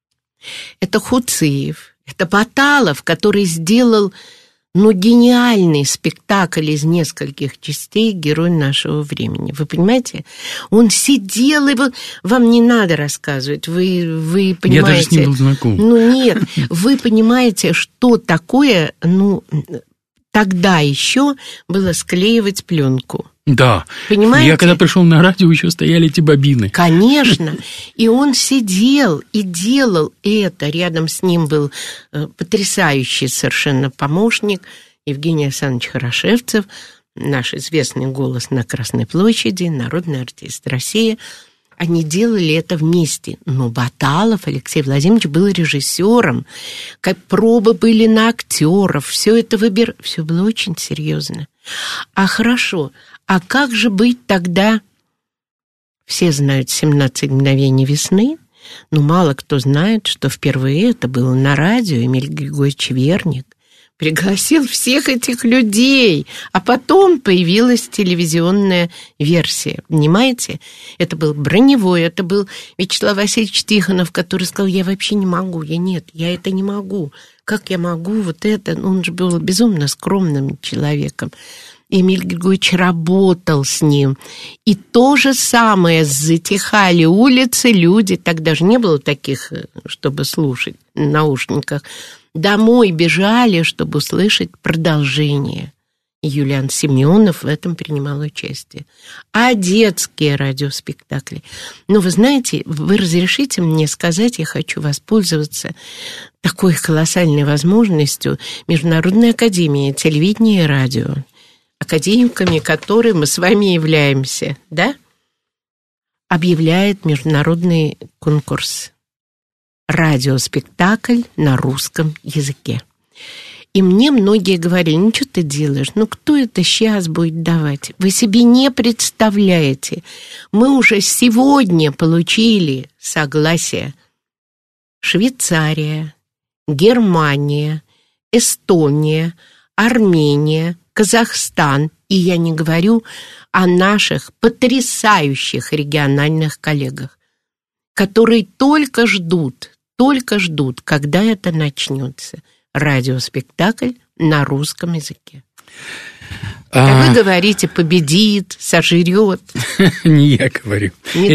[SPEAKER 3] Это Баталов, который сделал гениальный спектакль из нескольких частей «Герой нашего времени». Вы понимаете? Он сидел, и вам не надо рассказывать. Вы понимаете...
[SPEAKER 2] Я даже с ним был знаком.
[SPEAKER 3] Нет, вы понимаете, что такое, тогда еще было склеивать пленку.
[SPEAKER 2] Да.
[SPEAKER 3] Понимаете?
[SPEAKER 2] Я когда пришел на радио, еще стояли эти бобины.
[SPEAKER 3] Конечно. И он сидел и делал это. Рядом с ним был потрясающий совершенно помощник Евгений Александрович Хорошевцев, наш известный голос на Красной площади, народный артист России. Они делали это вместе. Но Баталов Алексей Владимирович был режиссером. Как пробы были на актеров. Все это все было очень серьезно. Хорошо. А как же быть тогда? Все знают 17 мгновений весны, но мало кто знает, что впервые это было на радио. Эмиль Григорьевич Верник пригласил всех этих людей, а потом появилась телевизионная версия. Понимаете? Это был Броневой, это был Вячеслав Васильевич Тихонов, который сказал: я вообще не могу, я это не могу. Как я могу вот это? Он же был безумно скромным человеком. Эмиль Григорьевич работал с ним. И то же самое, затихали улицы, люди, тогда же не было таких, чтобы слушать в наушниках, домой бежали, чтобы услышать продолжение. И Юлиан Семенов в этом принимал участие. А детские радиоспектакли? Ну, вы знаете, вы разрешите мне сказать, я хочу воспользоваться такой колоссальной возможностью. Международная академия телевидения и радио, академиками которой мы с вами являемся, да, объявляет международный конкурс «Радиоспектакль на русском языке». И мне многие говорили: ну, что ты делаешь? Ну, кто это сейчас будет давать? Вы себе не представляете. Мы уже сегодня получили согласие. Швейцария, Германия, Эстония, Армения, Казахстан. И я не говорю о наших потрясающих региональных коллегах, которые только ждут, когда это начнется. Радиоспектакль на русском языке. А вы говорите, победит, сожрет.
[SPEAKER 2] Не я говорю.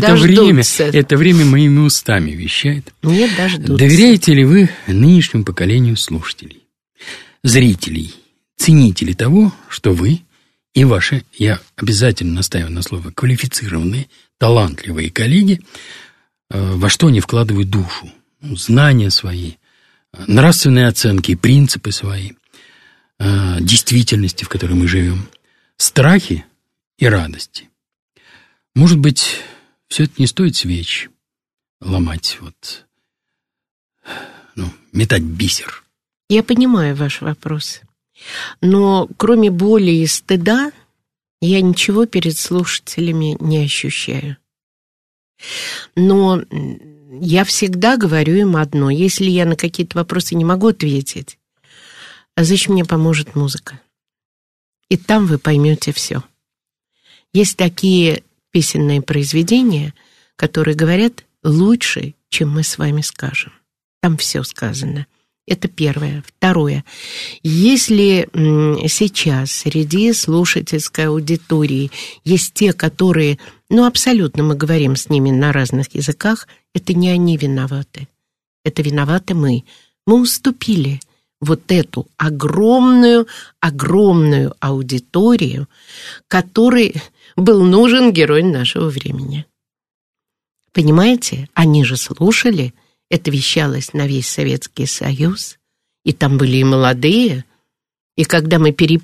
[SPEAKER 2] Это время моими устами вещает.
[SPEAKER 3] Не дождутся.
[SPEAKER 2] Доверяете ли вы нынешнему поколению слушателей, зрителей, ценителей того, что вы и ваши, я обязательно настаиваю на слово, квалифицированные, талантливые коллеги, во что они вкладывают душу, знания свои, нравственные оценки, принципы свои, действительности, в которой мы живем, страхи и радости. Может быть, все это не стоит свеч ломать, метать бисер.
[SPEAKER 3] Я понимаю ваш вопрос, но кроме боли и стыда я ничего перед слушателями не ощущаю. Но я всегда говорю им одно: если я на какие-то вопросы не могу ответить, значит, мне поможет музыка. И там вы поймете все. Есть такие песенные произведения, которые говорят лучше, чем мы с вами скажем. Там все сказано. Это первое. Второе. Если сейчас среди слушательской аудитории есть те, которые, абсолютно мы говорим с ними на разных языках, это не они виноваты. Это виноваты мы. Мы уступили вот эту огромную аудиторию, которой был нужен герой нашего времени. Понимаете? Они же слушали. Это вещалось на весь Советский Союз, и там были и молодые, и когда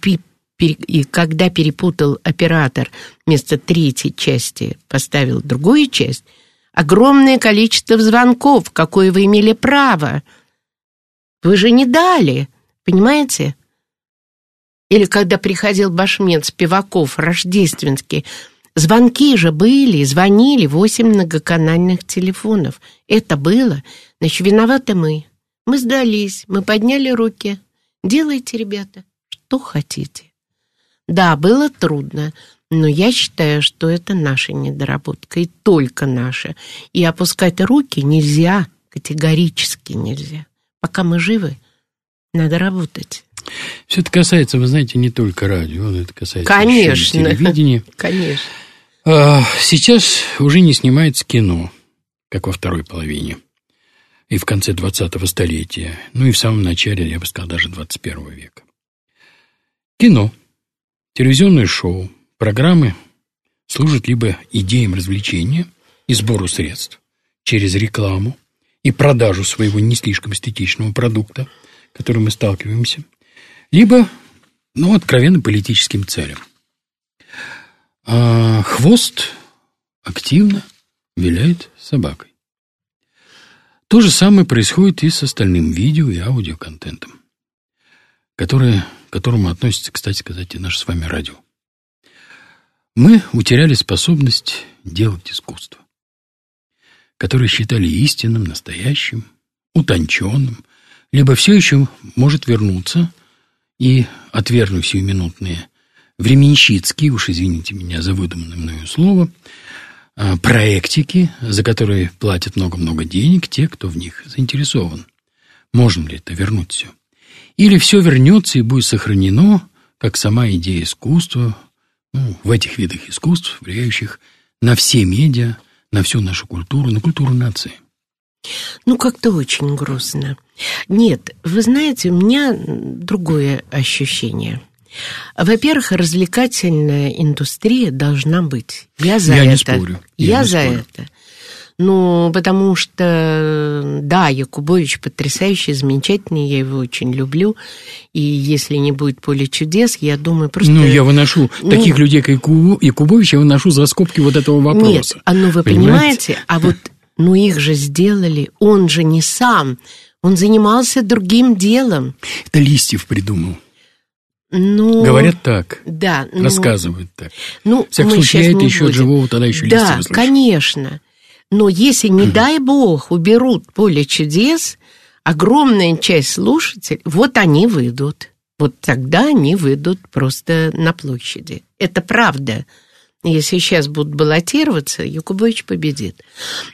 [SPEAKER 3] когда перепутал оператор, вместо третьей части поставил другую часть, огромное количество звонков, какое вы имели право. Вы же не дали, понимаете? Или когда приходил Башмет, Спиваков, Рождественский, звонки же были, звонили 8 многоканальных телефонов. Это было. Значит, виноваты мы. Мы сдались, мы подняли руки. Делайте, ребята, что хотите. Да, было трудно, но я считаю, что это наша недоработка, и только наша. И опускать руки нельзя, категорически нельзя. Пока мы живы, надо работать.
[SPEAKER 2] Все это касается, вы знаете, не только радио, это касается еще и телевидения.
[SPEAKER 3] Конечно.
[SPEAKER 2] Сейчас уже не снимается кино, как во второй половине, и в конце 20-го столетия, и в самом начале, я бы сказал, даже 21 века. Кино, телевизионные шоу, программы служат либо идеям развлечения и сбору средств через рекламу и продажу своего не слишком эстетичного продукта, с которым мы сталкиваемся, либо, откровенно политическим целям. А хвост активно виляет собакой. То же самое происходит и с остальным видео и аудиоконтентом, к которому относится, кстати сказать, и наше с вами радио. Мы утеряли способность делать искусство, которое считали истинным, настоящим, утонченным, либо все еще может вернуться и отвергну сиюминутные временщицкие, уж извините меня за выдуманное мною слово, проектики, за которые платят много-много денег те, кто в них заинтересован. Можно ли это вернуть все? Или все вернется и будет сохранено, как сама идея искусства, в этих видах искусств, влияющих на все медиа, на всю нашу культуру, на культуру нации?
[SPEAKER 3] Как-то очень грустно. Нет, вы знаете, у меня другое ощущение. Во-первых, развлекательная индустрия должна быть. Я за это.
[SPEAKER 2] Не спорю.
[SPEAKER 3] Я за это. Потому что, да, Якубович потрясающий, замечательный, я его очень люблю. И если не будет «Поле чудес», я думаю, просто...
[SPEAKER 2] я выношу таких людей, как Якубович, я выношу за скобки вот этого вопроса.
[SPEAKER 3] Нет, вы понимаете, их же сделали, он же не сам, он занимался другим делом.
[SPEAKER 2] Это Листьев придумал. Говорят так,
[SPEAKER 3] да,
[SPEAKER 2] рассказывают так.
[SPEAKER 3] В
[SPEAKER 2] всяком случае, я это еще от живого тогда еще Листьева слышал.
[SPEAKER 3] Да, конечно. Но если, не дай бог, уберут «Поле чудес», огромная часть слушателей, они выйдут. Тогда они выйдут просто на площади. Это правда. Если сейчас будут баллотироваться, Якубович победит.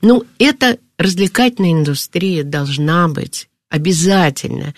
[SPEAKER 3] Эта развлекательная индустрия должна быть обязательно.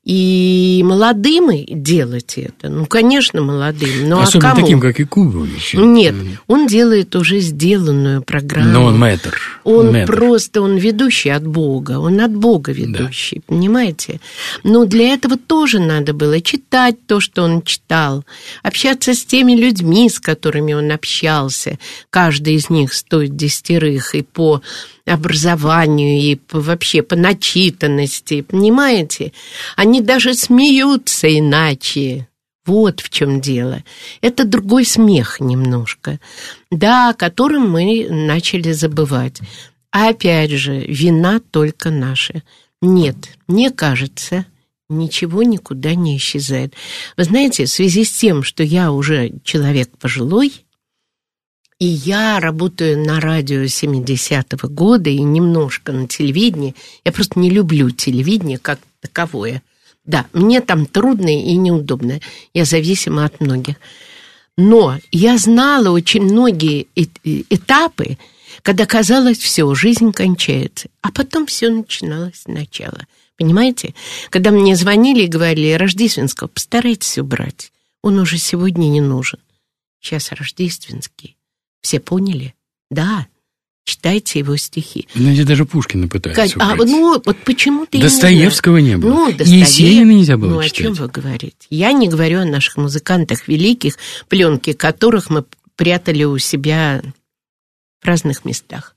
[SPEAKER 3] И молодым делать это, конечно, молодым.
[SPEAKER 2] Особенно таким, как Якубович.
[SPEAKER 3] Нет, он делает уже сделанную программу.
[SPEAKER 2] Но он мэтр.
[SPEAKER 3] Он ведущий от Бога. Он от Бога ведущий, да. Понимаете? Но для этого тоже надо было читать то, что он читал, общаться с теми людьми, с которыми он общался. Каждый из них стоит 10 и по образованию, и вообще по начитанности, понимаете? Они даже смеются иначе. Вот в чем дело. Это другой смех немножко, да, о котором мы начали забывать. А опять же, вина только наша. Нет, мне кажется, ничего никуда не исчезает. Вы знаете, в связи с тем, что я уже человек пожилой, и я работаю на радио 70-го года и немножко на телевидении. Я просто не люблю телевидение как таковое. Да, мне там трудно и неудобно. Я зависима от многих. Но я знала очень многие этапы, когда казалось, все, жизнь кончается. А потом все начиналось сначала. Понимаете? Когда мне звонили и говорили: Рождественского постарайтесь убрать. Он уже сегодня не нужен. Сейчас Рождественский. Все поняли? Да. Читайте его стихи.
[SPEAKER 2] Знаете, даже Пушкина пытаются убрать.
[SPEAKER 3] Почему-то
[SPEAKER 2] Достоевского не было. Есенина нельзя было читать.
[SPEAKER 3] О чем вы говорите? Я не говорю о наших музыкантах великих, пленки которых мы прятали у себя в разных местах.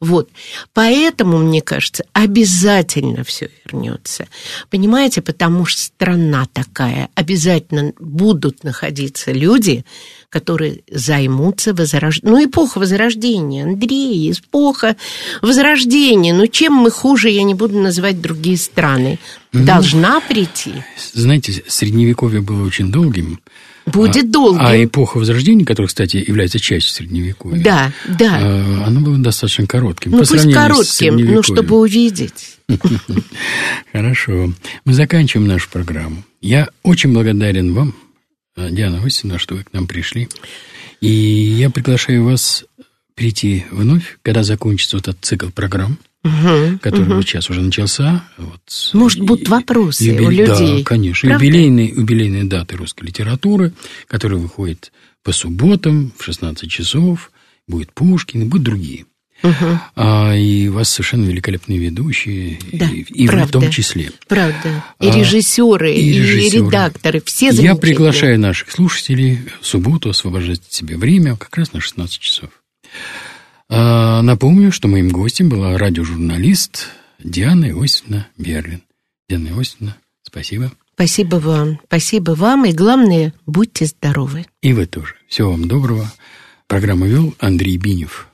[SPEAKER 3] Поэтому, мне кажется, обязательно все вернется. Понимаете, потому что страна такая. Обязательно будут находиться люди, которые займутся возрождением. Эпоха Возрождения, Андрей, эпоха Возрождения. Чем мы хуже, я не буду называть другие страны. Должна прийти.
[SPEAKER 2] Знаете, Средневековье было очень долгим.
[SPEAKER 3] Будет долгим.
[SPEAKER 2] А эпоха Возрождения, которая, кстати, является частью Средневековья,
[SPEAKER 3] да.
[SPEAKER 2] она была достаточно коротким.
[SPEAKER 3] Пусть коротким, чтобы увидеть.
[SPEAKER 2] Хорошо. Мы заканчиваем нашу программу. Я очень благодарен вам, Диана Осиповна, что вы к нам пришли. И я приглашаю вас прийти вновь, когда закончится этот цикл программ, который сейчас уже начался.
[SPEAKER 3] Может, будут вопросы у людей.
[SPEAKER 2] Да, конечно. Юбилейные даты русской литературы, которые выходят по субботам в 16 часов. Будет Пушкин, будут другие. И у вас совершенно великолепные ведущие, да, и правда, в том числе.
[SPEAKER 3] Правда. И режиссеры, и редакторы, все замечательные.
[SPEAKER 2] Я приглашаю наших слушателей в субботу освобождать себе время как раз на 16 часов. Напомню, что моим гостем была радиожурналист Диана Иосифовна Берлин. Диана Иосифовна, спасибо.
[SPEAKER 3] Спасибо вам, и главное, будьте здоровы.
[SPEAKER 2] И вы тоже. Всего вам доброго. Программу вел Андрей Бинев.